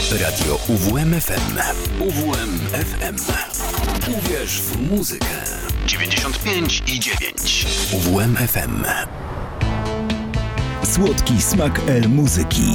Radio UWMFM. UWMFM. Uwierz w muzykę. 95,9. UWMFM. Słodki smak muzyki.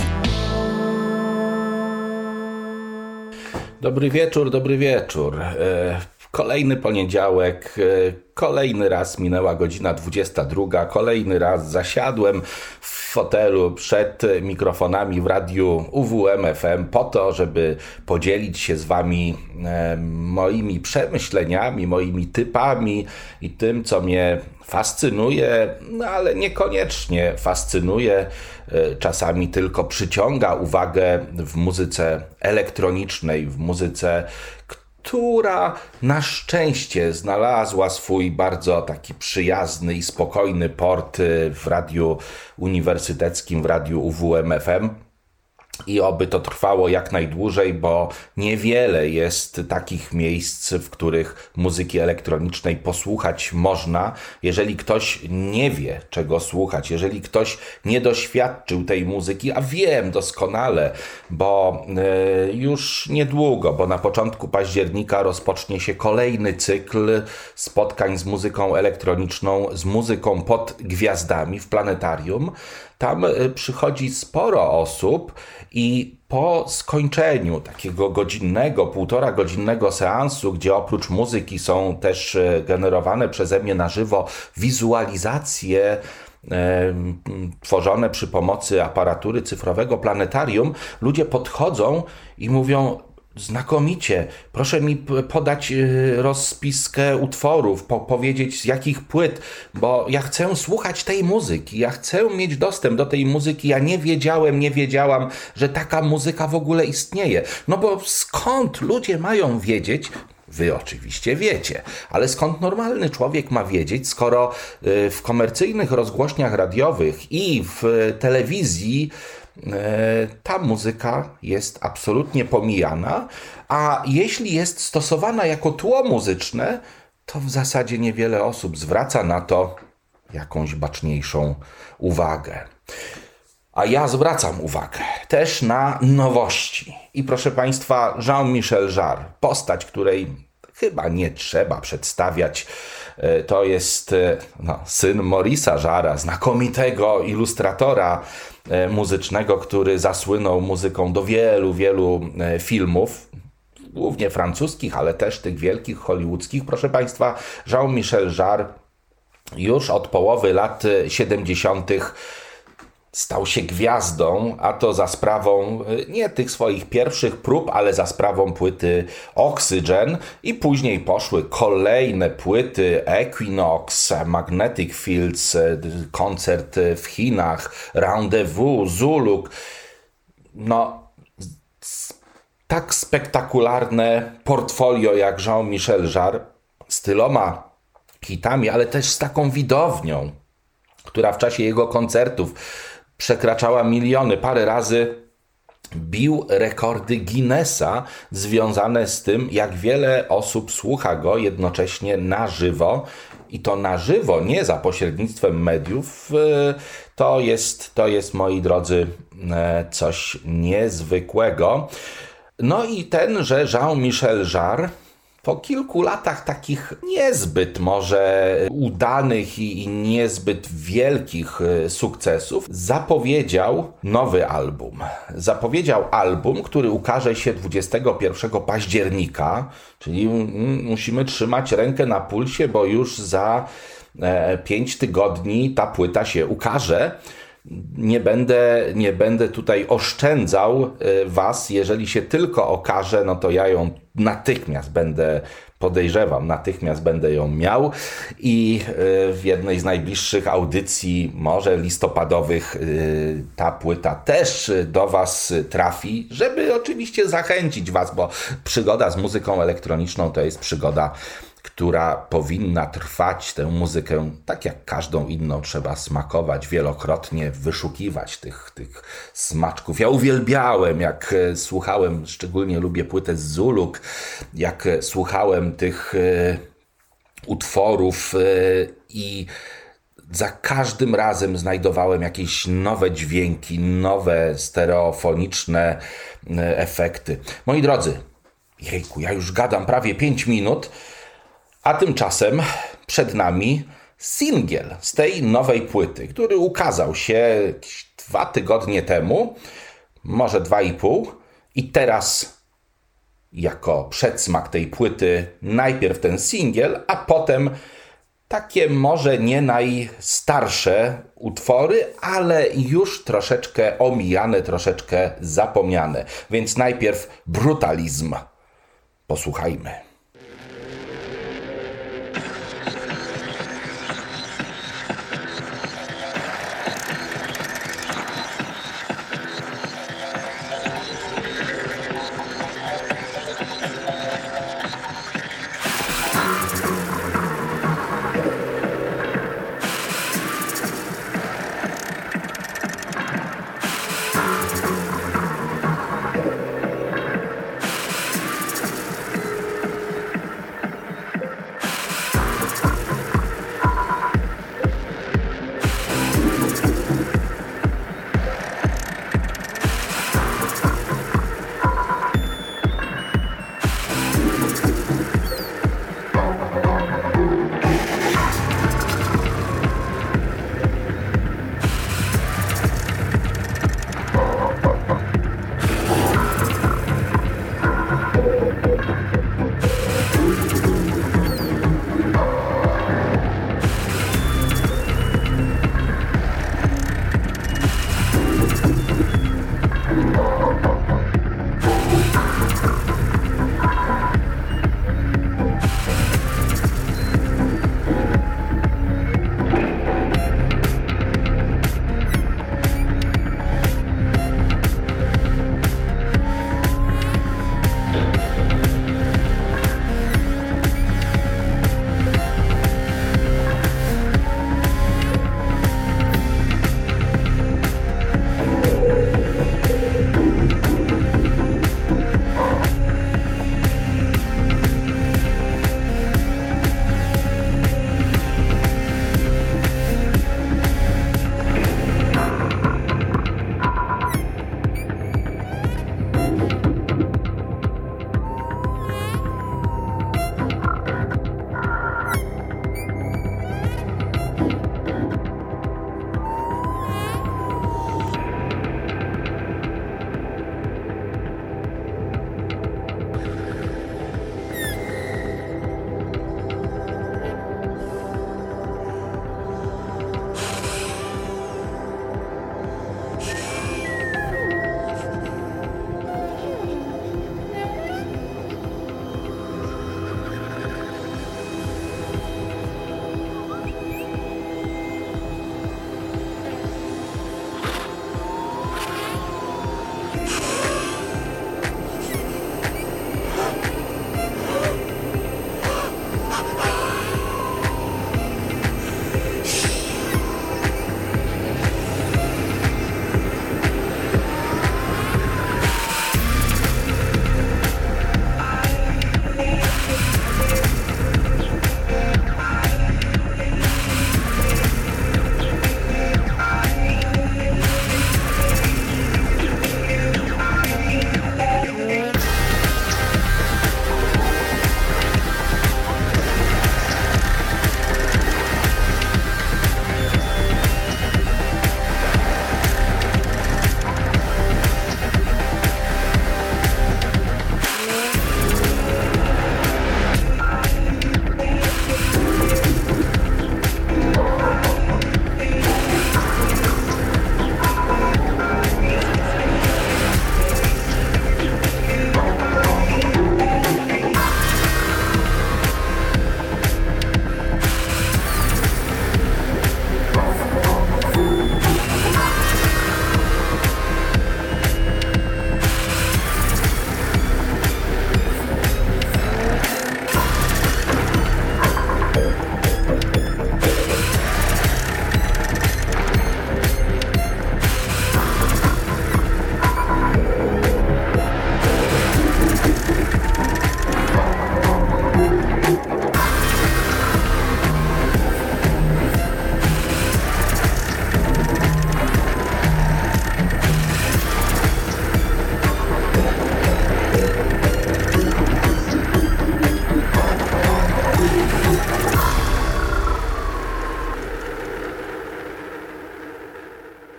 Dobry wieczór, dobry wieczór. Kolejny poniedziałek, kolejny raz minęła godzina 22, kolejny raz zasiadłem w fotelu przed mikrofonami w radiu UWMFM po to, żeby podzielić się z wami moimi przemyśleniami, moimi typami i tym, co mnie fascynuje, no ale niekoniecznie fascynuje, czasami tylko przyciąga uwagę w muzyce elektronicznej, w muzyce, która na szczęście znalazła swój bardzo taki przyjazny i spokojny port w radiu uniwersyteckim, w radiu UWMFM. I oby to trwało jak najdłużej, bo niewiele jest takich miejsc, w których muzyki elektronicznej posłuchać można. Jeżeli ktoś nie wie, czego słuchać, jeżeli ktoś nie doświadczył tej muzyki, a wiem doskonale, bo już niedługo, bo na początku października rozpocznie się kolejny cykl spotkań z muzyką elektroniczną, z muzyką pod gwiazdami w planetarium. Tam przychodzi sporo osób i po skończeniu takiego godzinnego, 1,5 godzinnego seansu, gdzie oprócz muzyki są też generowane przeze mnie na żywo wizualizacje tworzone przy pomocy aparatury cyfrowego planetarium, ludzie podchodzą i mówią: znakomicie, proszę mi podać rozpiskę utworów, powiedzieć z jakich płyt, bo ja chcę słuchać tej muzyki, ja chcę mieć dostęp do tej muzyki, ja nie wiedziałam, że taka muzyka w ogóle istnieje. No bo skąd ludzie mają wiedzieć? Wy oczywiście wiecie, ale skąd normalny człowiek ma wiedzieć, skoro w komercyjnych rozgłośniach radiowych i w telewizji ta muzyka jest absolutnie pomijana, a jeśli jest stosowana jako tło muzyczne, to w zasadzie niewiele osób zwraca na to jakąś baczniejszą uwagę. A ja zwracam uwagę też na nowości. I proszę Państwa, Jean-Michel Jarre, postać, której chyba nie trzeba przedstawiać. To jest syn Maurice'a Jarre'a, znakomitego ilustratora muzycznego, który zasłynął muzyką do wielu filmów, głównie francuskich, ale też tych wielkich hollywoodzkich. Proszę Państwa, Jean-Michel Jarre już od połowy lat 70. stał się gwiazdą, a to za sprawą nie tych swoich pierwszych prób, ale za sprawą płyty Oxygen i później poszły kolejne płyty Equinox, Magnetic Fields, koncert w Chinach, Rendezvous, Zulu. No, tak spektakularne portfolio jak Jean-Michel Jarre z tyloma hitami, ale też z taką widownią, która w czasie jego koncertów przekraczała miliony, parę razy bił rekordy Guinnessa związane z tym, jak wiele osób słucha go jednocześnie na żywo. I to na żywo, nie za pośrednictwem mediów. To jest, moi drodzy, coś niezwykłego. No i tenże Jean-Michel Jarre po kilku latach takich niezbyt może udanych i niezbyt wielkich sukcesów zapowiedział nowy album. Zapowiedział album, który ukaże się 21 października, czyli musimy trzymać rękę na pulsie, bo już za 5 tygodni ta płyta się ukaże. Nie będę tutaj oszczędzał was, jeżeli się tylko okaże, no to ja ją natychmiast będę ją miał i w jednej z najbliższych audycji, może listopadowych, ta płyta też do was trafi, żeby oczywiście zachęcić was, bo przygoda z muzyką elektroniczną to jest przygoda, która powinna trwać. Tę muzykę, tak jak każdą inną, trzeba smakować wielokrotnie, wyszukiwać tych smaczków. Ja uwielbiałem, jak słuchałem, szczególnie lubię płytę z Zuluk, jak słuchałem tych utworów i za każdym razem znajdowałem jakieś nowe dźwięki, nowe stereofoniczne efekty. Moi drodzy, jejku, ja już gadam prawie 5 minut, a tymczasem przed nami singiel z tej nowej płyty, który ukazał się jakieś 2 tygodnie temu, może 2,5, i teraz jako przedsmak tej płyty najpierw ten singiel, a potem takie może nie najstarsze utwory, ale już troszeczkę omijane, troszeczkę zapomniane. Więc najpierw Brutalizm. Posłuchajmy.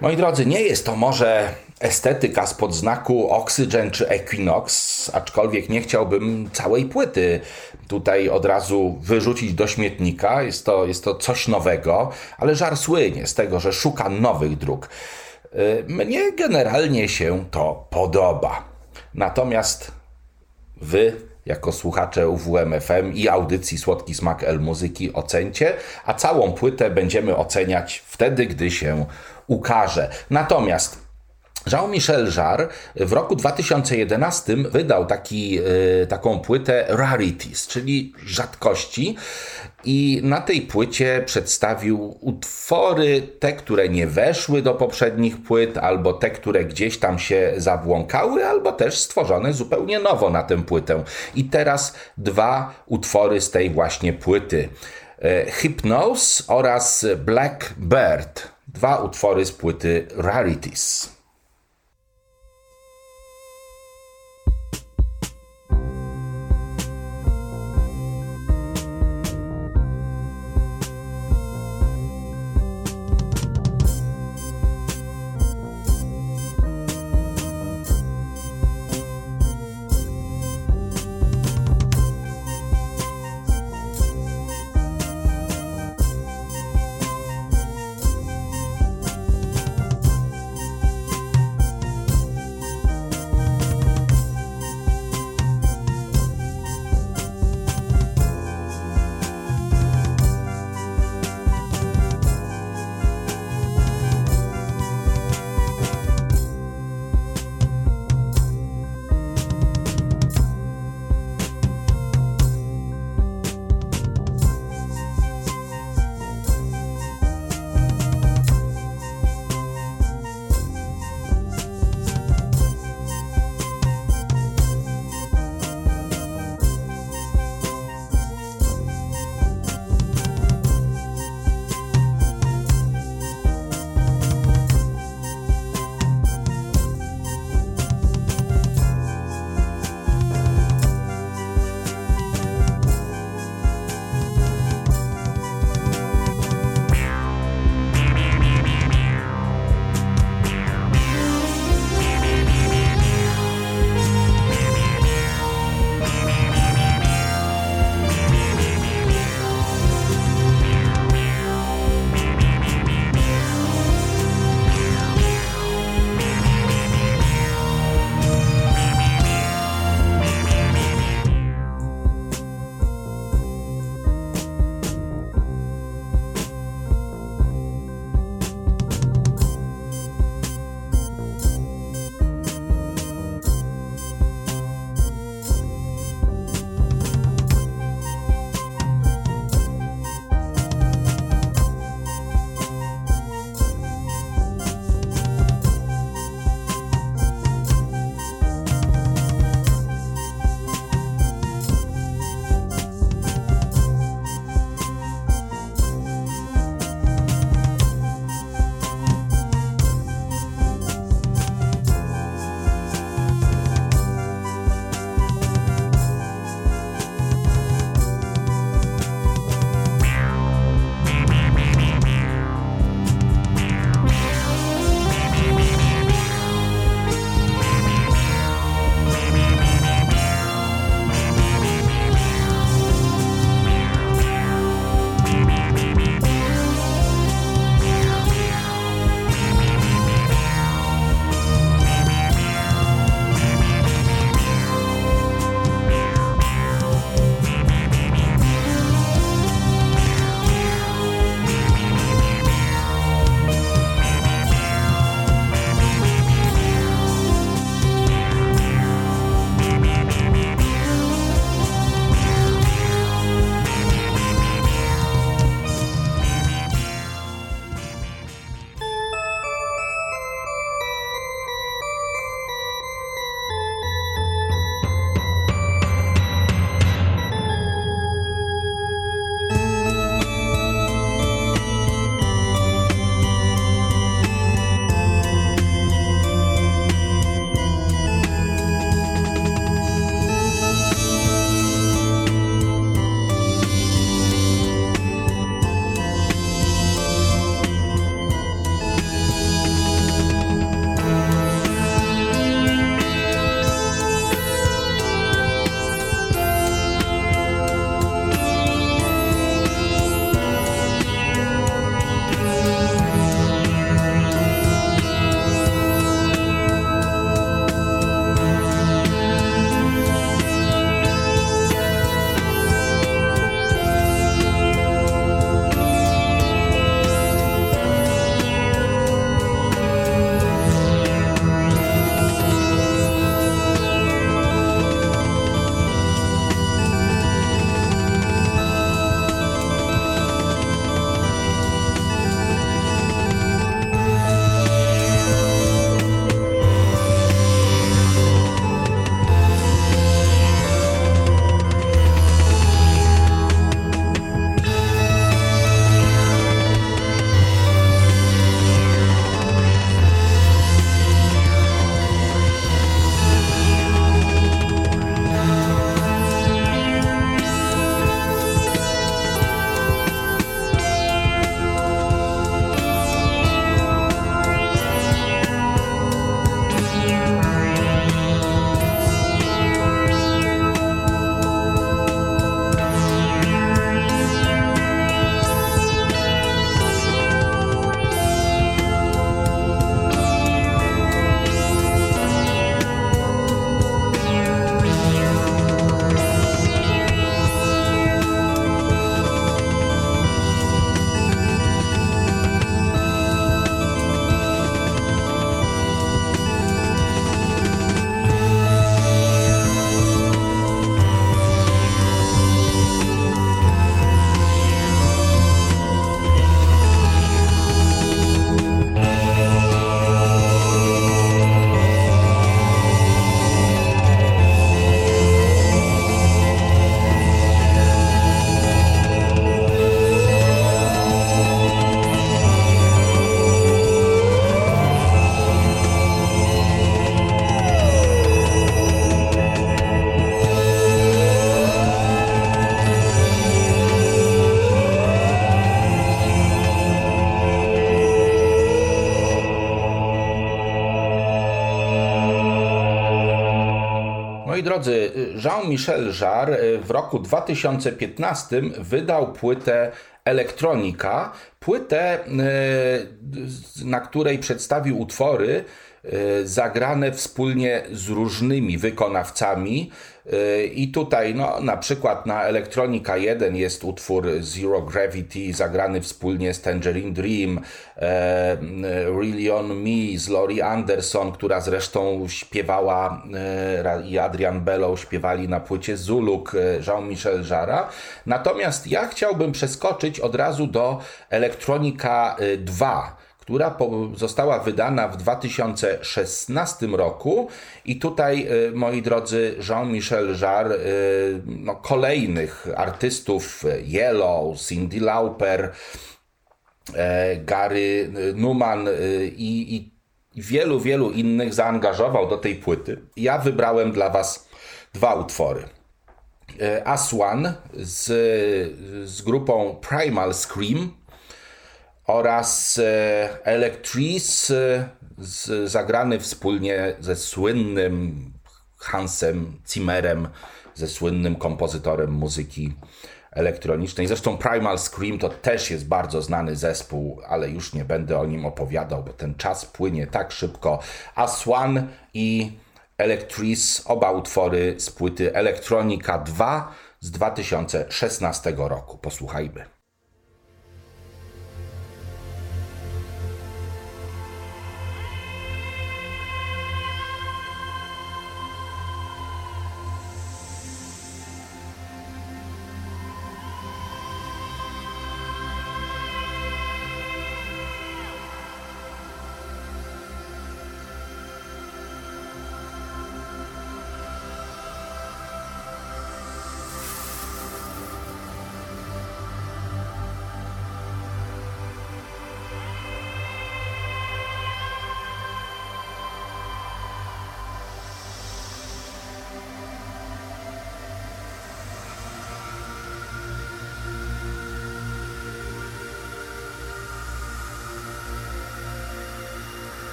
Moi drodzy, nie jest to może estetyka spod znaku Oxygen czy Equinox, aczkolwiek nie chciałbym całej płyty tutaj od razu wyrzucić do śmietnika. Jest to coś nowego, ale żar słynie z tego, że szuka nowych dróg. Mnie generalnie się to podoba. Natomiast wy, jako słuchacze UWMFM i audycji Słodki Smak Muzyki, ocencie, a całą płytę będziemy oceniać wtedy, gdy się ukaże. Natomiast Jean-Michel Jarre w roku 2011 wydał taką płytę Rarities, czyli rzadkości, i na tej płycie przedstawił utwory, te, które nie weszły do poprzednich płyt, albo te, które gdzieś tam się zabłąkały, albo też stworzone zupełnie nowo na tę płytę. I teraz 2 utwory z tej właśnie płyty. Hypnose oraz Blackbird. 2 utwory z płyty Rarities. Moi drodzy, Jean-Michel Jarre w roku 2015 wydał płytę Elektronika, płytę, na której przedstawił utwory zagrane wspólnie z różnymi wykonawcami. I tutaj na przykład na Elektronika 1 jest utwór Zero Gravity zagrany wspólnie z Tangerine Dream, Really On Me z Laurie Anderson, która zresztą śpiewała, i Adrian Bellow śpiewali na płycie Zuluk Jean-Michel Jarre'a. Natomiast ja chciałbym przeskoczyć od razu do Elektronika 2, która została wydana w 2016 roku i tutaj, moi drodzy, Jean-Michel Jarre kolejnych artystów Yellow, Cyndi Lauper, Gary Numan i wielu innych zaangażował do tej płyty. Ja wybrałem dla Was dwa utwory. As One z grupą Primal Scream oraz Electrice zagrany wspólnie ze słynnym Hansem Zimmerem, ze słynnym kompozytorem muzyki elektronicznej. Zresztą Primal Scream to też jest bardzo znany zespół, ale już nie będę o nim opowiadał, bo ten czas płynie tak szybko. As One i Electrice, oba utwory z płyty Elektronika 2 z 2016 roku. Posłuchajmy.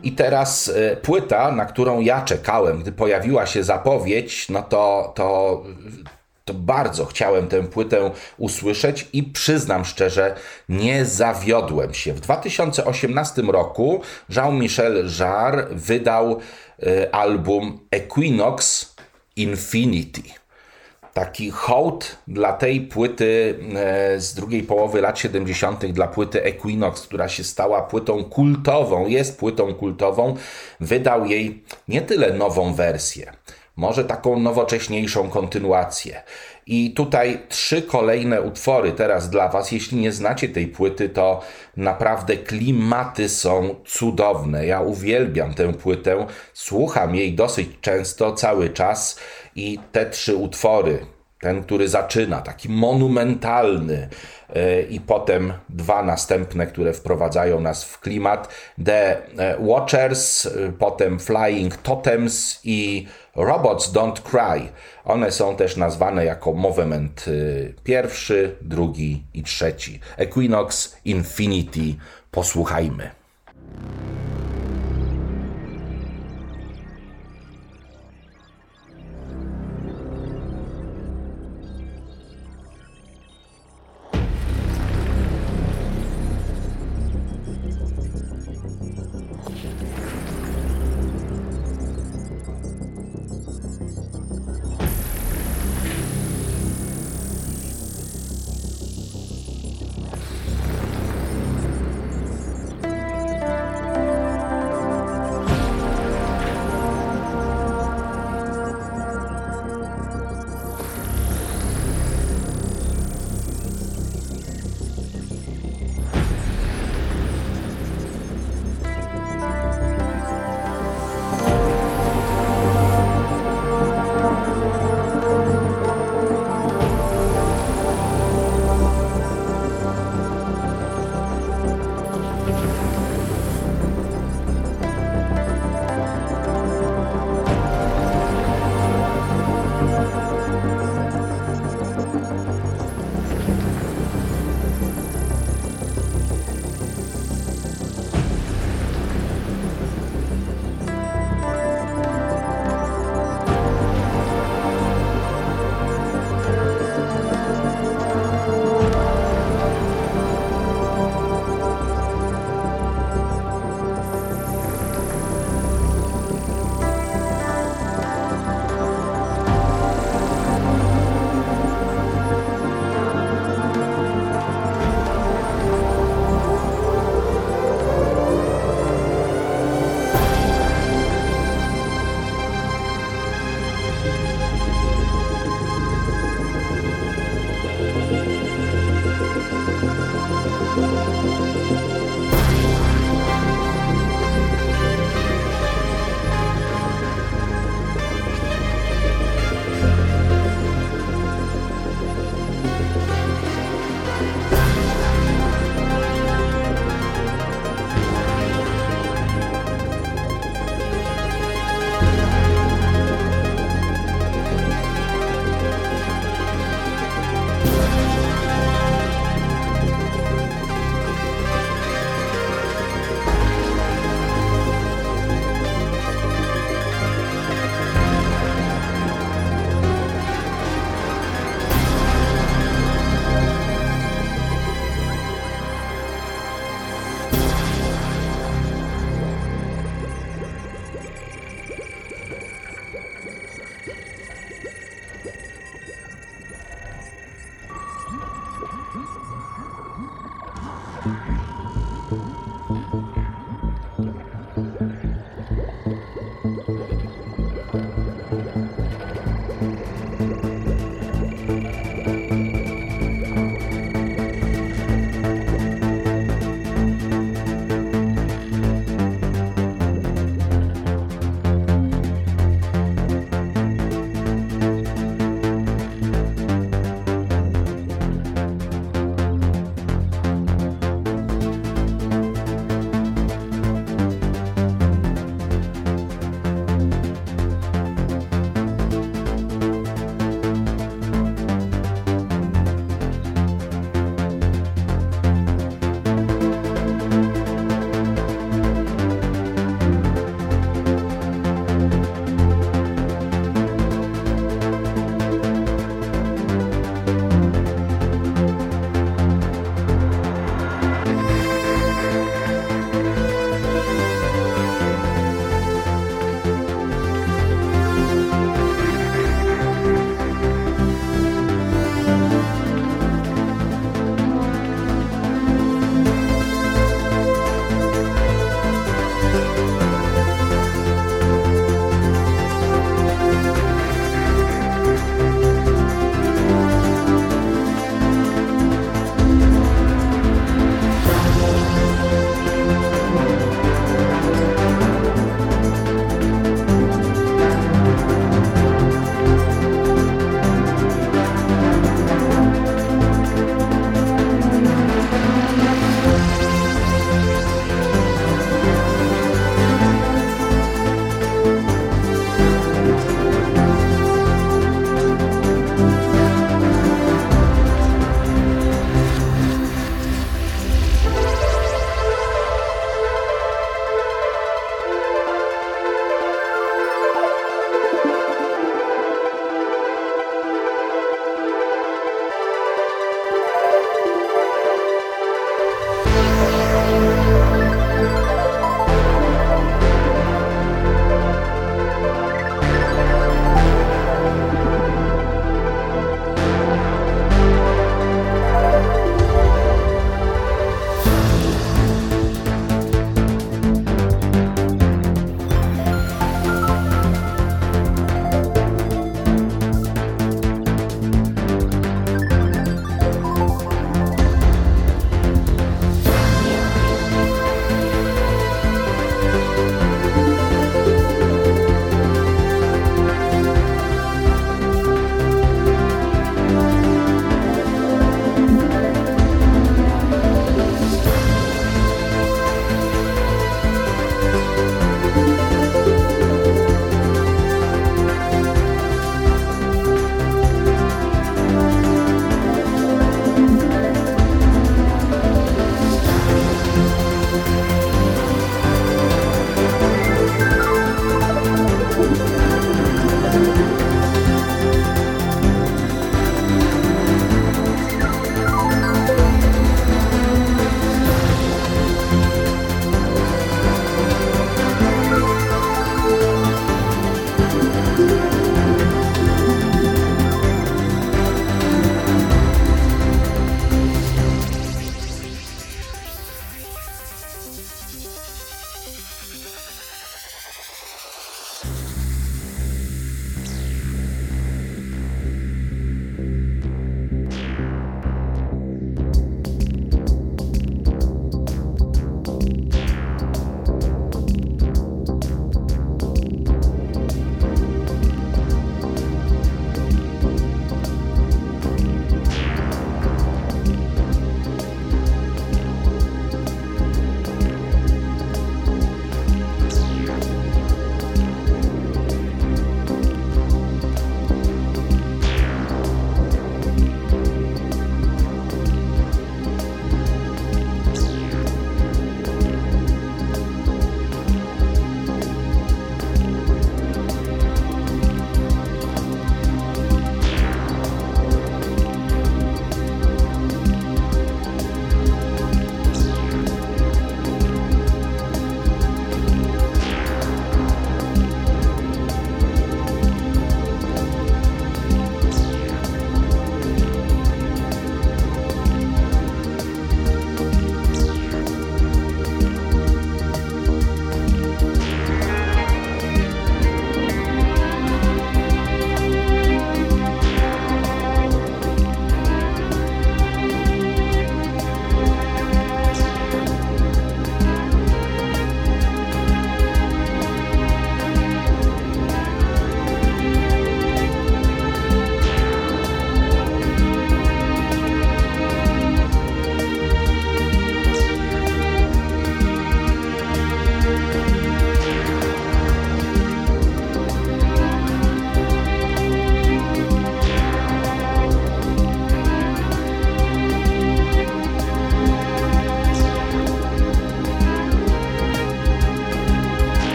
I teraz płyta, na którą ja czekałem, gdy pojawiła się zapowiedź, no to bardzo chciałem tę płytę usłyszeć i przyznam szczerze, nie zawiodłem się. W 2018 roku Jean-Michel Jarre wydał album Equinox Infinity. Taki hołd dla tej płyty z drugiej połowy lat 70., dla płyty Equinox, która się stała płytą kultową, jest płytą kultową. Wydał jej nie tyle nową wersję, może taką nowocześniejszą kontynuację. I tutaj 3 kolejne utwory teraz dla Was. Jeśli nie znacie tej płyty, to naprawdę klimaty są cudowne. Ja uwielbiam tę płytę, słucham jej dosyć często, cały czas i te 3 utwory, ten, który zaczyna, taki monumentalny, i potem 2 następne, które wprowadzają nas w klimat, The Watchers, potem Flying Totems i Robots Don't Cry. One są też nazwane jako movement 1, 2 i 3. Equinox Infinity. Posłuchajmy.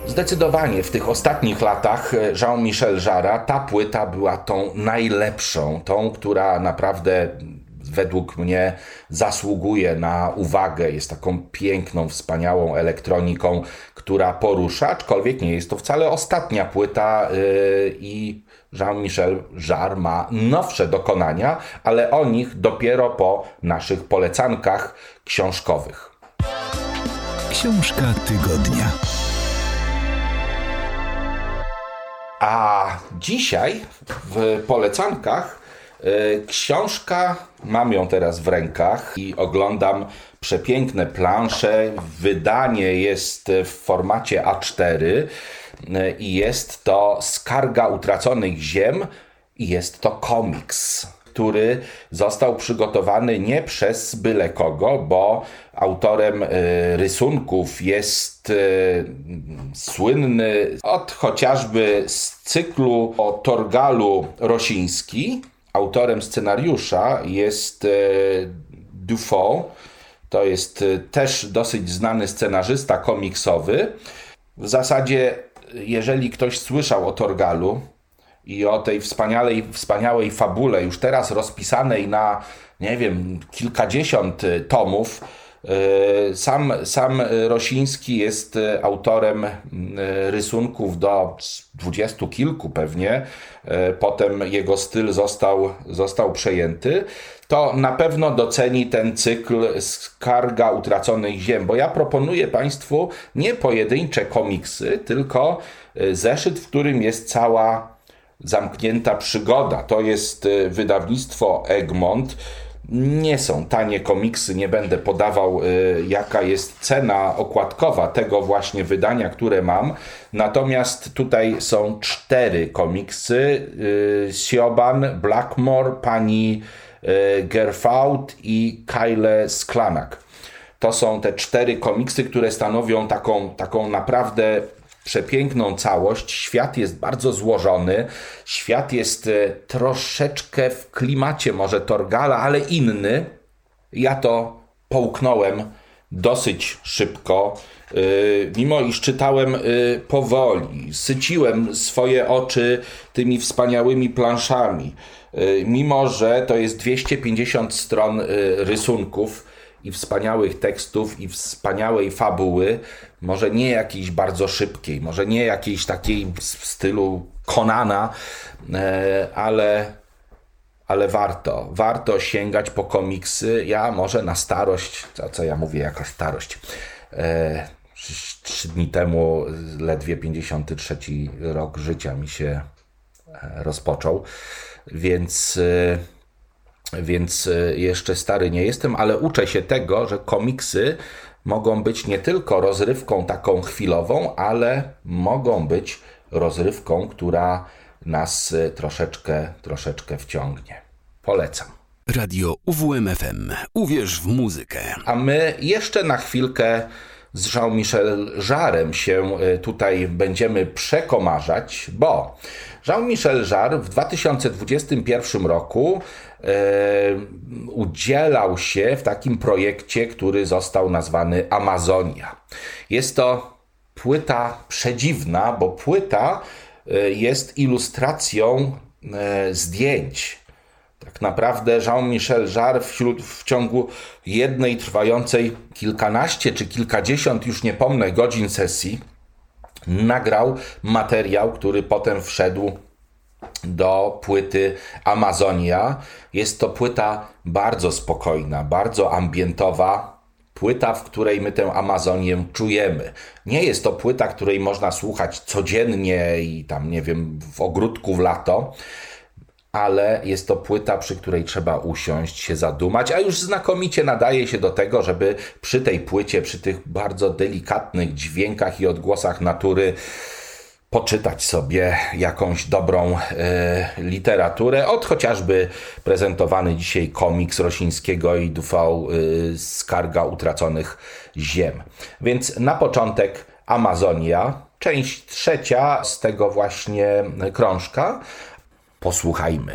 Zdecydowanie w tych ostatnich latach Jean-Michel Jarra ta płyta była tą najlepszą, tą, która naprawdę według mnie zasługuje na uwagę, jest taką piękną, wspaniałą elektroniką, która porusza, aczkolwiek nie jest to wcale ostatnia płyta i Jean-Michel Jarre ma nowsze dokonania, ale o nich dopiero po naszych polecankach książkowych. Książka tygodnia. A dzisiaj w polecankach książka, mam ją teraz w rękach i oglądam przepiękne plansze. Wydanie jest w formacie A4 i jest to Skarga Utraconych Ziem i jest to komiks, który został przygotowany nie przez byle kogo, bo autorem rysunków jest słynny od chociażby z cyklu o Torgalu Rosiński. Autorem scenariusza jest Dufault. To jest też dosyć znany scenarzysta komiksowy. W zasadzie, jeżeli ktoś słyszał o Torgalu i o tej wspaniałej fabule, już teraz rozpisanej na, nie wiem, kilkadziesiąt tomów, sam Rosiński jest autorem rysunków do 20 kilku pewnie, potem jego styl został przejęty, to na pewno doceni ten cykl Skarga Utraconych Ziem, bo ja proponuję Państwu nie pojedyncze komiksy, tylko zeszyt, w którym jest cała zamknięta przygoda. To jest wydawnictwo Egmont. Nie są tanie komiksy, nie będę podawał jaka jest cena okładkowa tego właśnie wydania, które mam. Natomiast tutaj są 4 komiksy. Siobhan, Blackmore, pani Gerfaut i Kyle Sklanak. To są te 4 komiksy, które stanowią taką naprawdę przepiękną całość. Świat jest bardzo złożony. Świat jest troszeczkę w klimacie może Torgala, ale inny. Ja to połknąłem dosyć szybko. Mimo iż czytałem powoli, syciłem swoje oczy tymi wspaniałymi planszami. Mimo że to jest 250 stron rysunków i wspaniałych tekstów i wspaniałej fabuły, może nie jakiejś bardzo szybkiej, może nie jakiejś takiej w stylu Conana, ale warto sięgać po komiksy. Ja może na starość, co ja mówię, jaka starość, 3 dni temu ledwie 53 rok życia mi się rozpoczął, więc jeszcze stary nie jestem, ale uczę się tego, że komiksy mogą być nie tylko rozrywką taką chwilową, ale mogą być rozrywką, która nas troszeczkę wciągnie. Polecam. Radio UWMFM. Uwierz w muzykę. A my jeszcze na chwilkę z Jean-Michel Jarrem się tutaj będziemy przekomarzać, bo Jean-Michel Jarre w 2021 roku udzielał się w takim projekcie, który został nazwany Amazonia. Jest to płyta przedziwna, bo płyta jest ilustracją zdjęć. Tak naprawdę Jean-Michel Jarre w ciągu jednej trwającej kilkanaście czy kilkadziesiąt, już nie pomnę, godzin sesji nagrał materiał, który potem wszedł do płyty Amazonia. Jest to płyta bardzo spokojna, bardzo ambientowa. Płyta, w której my tę Amazonię czujemy. Nie jest to płyta, której można słuchać codziennie i tam, nie wiem, w ogródku w lato, ale jest to płyta, przy której trzeba usiąść, się zadumać, a już znakomicie nadaje się do tego, żeby przy tej płycie, przy tych bardzo delikatnych dźwiękach i odgłosach natury poczytać sobie jakąś dobrą literaturę, od chociażby prezentowany dzisiaj komiks Rosińskiego i Dufault Skarga Utraconych Ziem. Więc na początek Amazonia, część 3 z tego właśnie krążka. Posłuchajmy.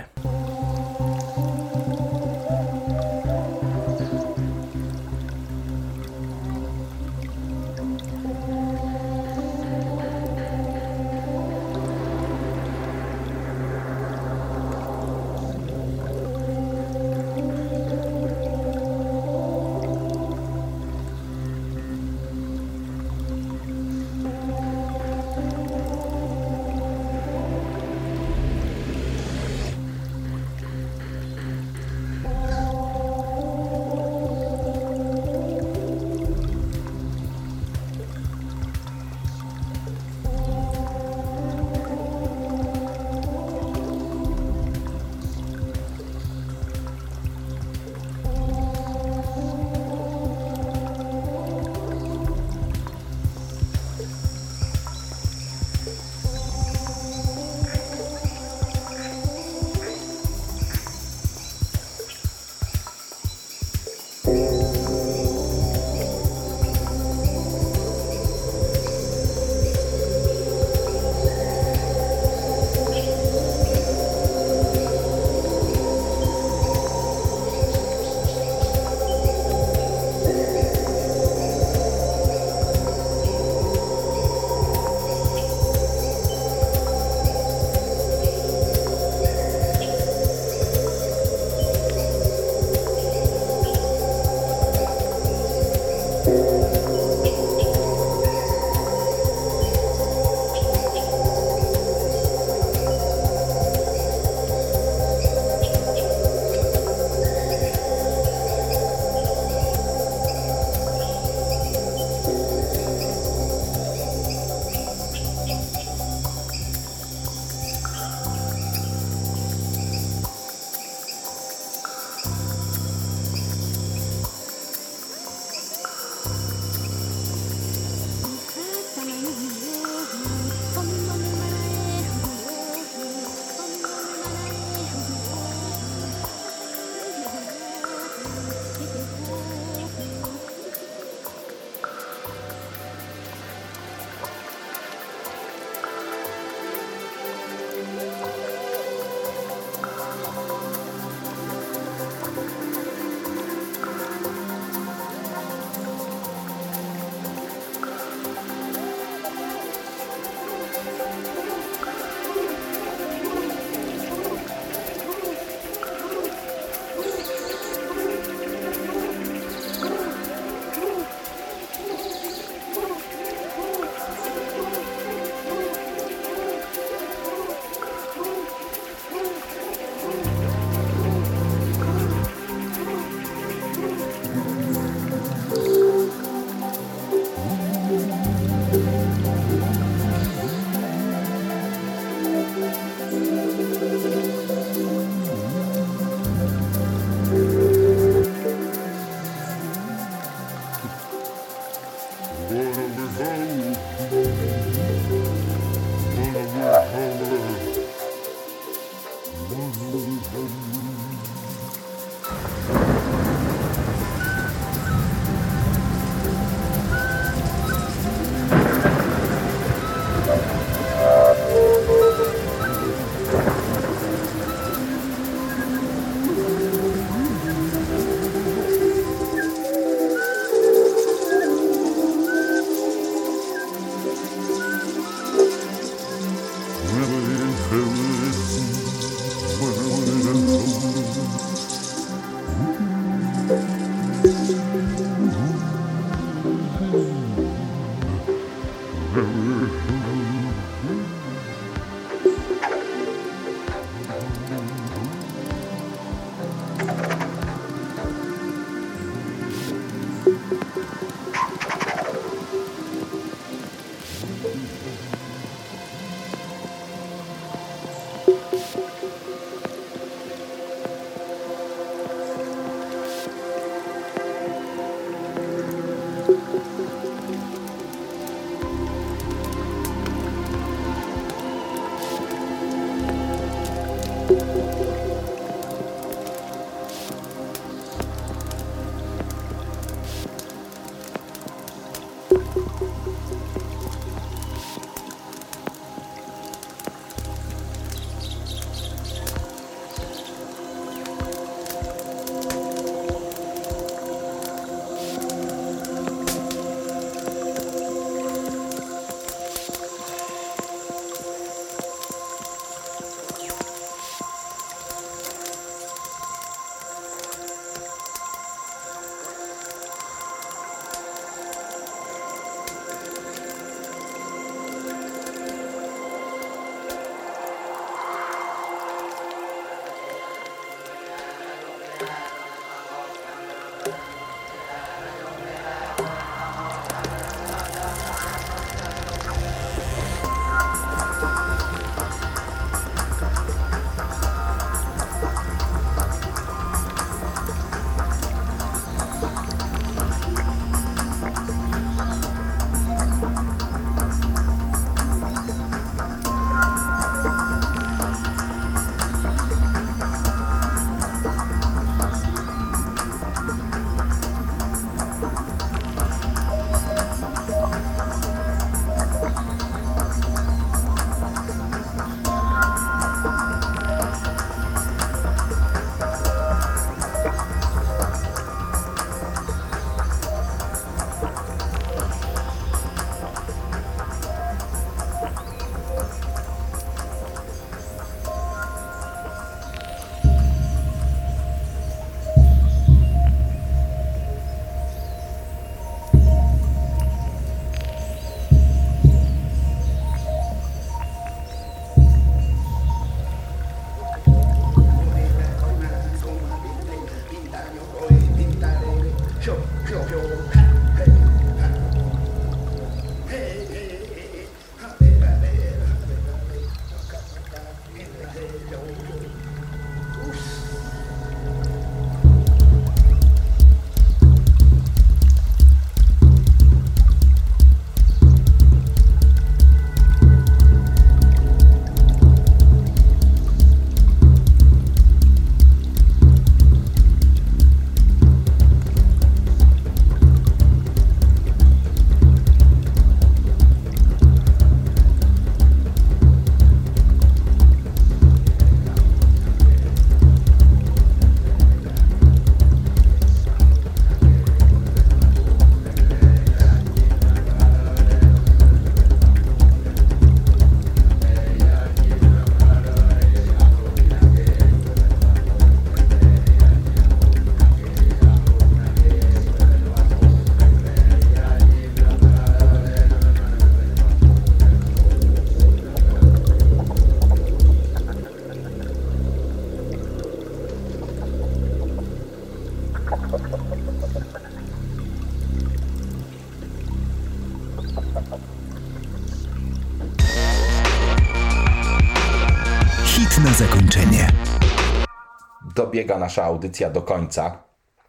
Hit na zakończenie. Dobiega nasza audycja do końca.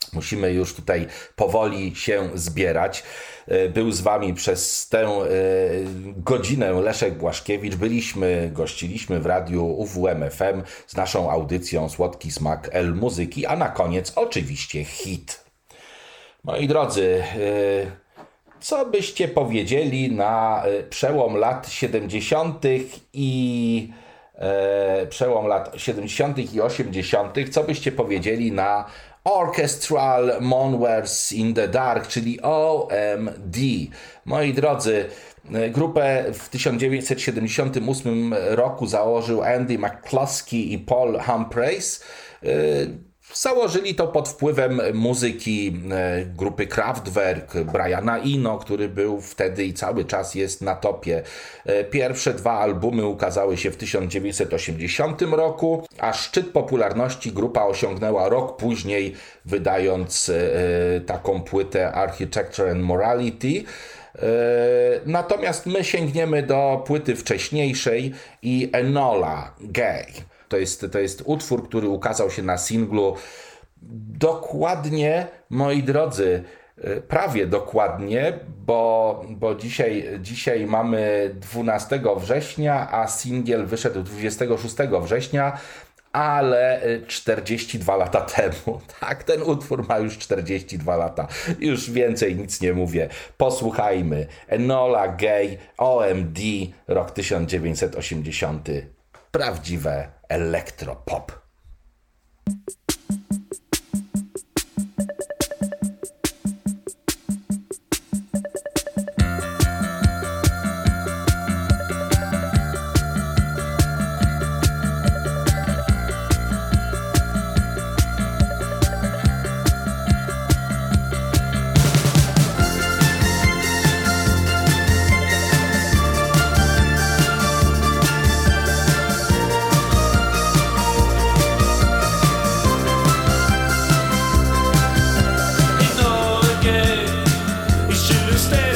Musimy już tutaj powoli się zbierać. Był z wami przez tę godzinę Leszek Błaszkiewicz. Gościliśmy w radiu UWM FM z naszą audycją Słodki Smak El Muzyki, a na koniec oczywiście hit. Moi drodzy, co byście powiedzieli na przełom lat 70. i 80., co byście powiedzieli na Orchestral Moonwares in the Dark, czyli OMD. Moi drodzy, grupę w 1978 roku założył Andy McCluskey i Paul Humphreys. Założyli to pod wpływem muzyki grupy Kraftwerk, Briana Eno, który był wtedy i cały czas jest na topie. Pierwsze 2 albumy ukazały się w 1980 roku, a szczyt popularności grupa osiągnęła rok później, wydając taką płytę Architecture and Morality. Natomiast my sięgniemy do płyty wcześniejszej i Enola Gay. To jest utwór, który ukazał się na singlu dokładnie, moi drodzy, prawie dokładnie, bo dzisiaj mamy 12 września, a singiel wyszedł 26 września, ale 42 lata temu. Tak, ten utwór ma już 42 lata. Już więcej nic nie mówię. Posłuchajmy. Enola Gay, OMD, rok 1980. Prawdziwe elektropop. Stay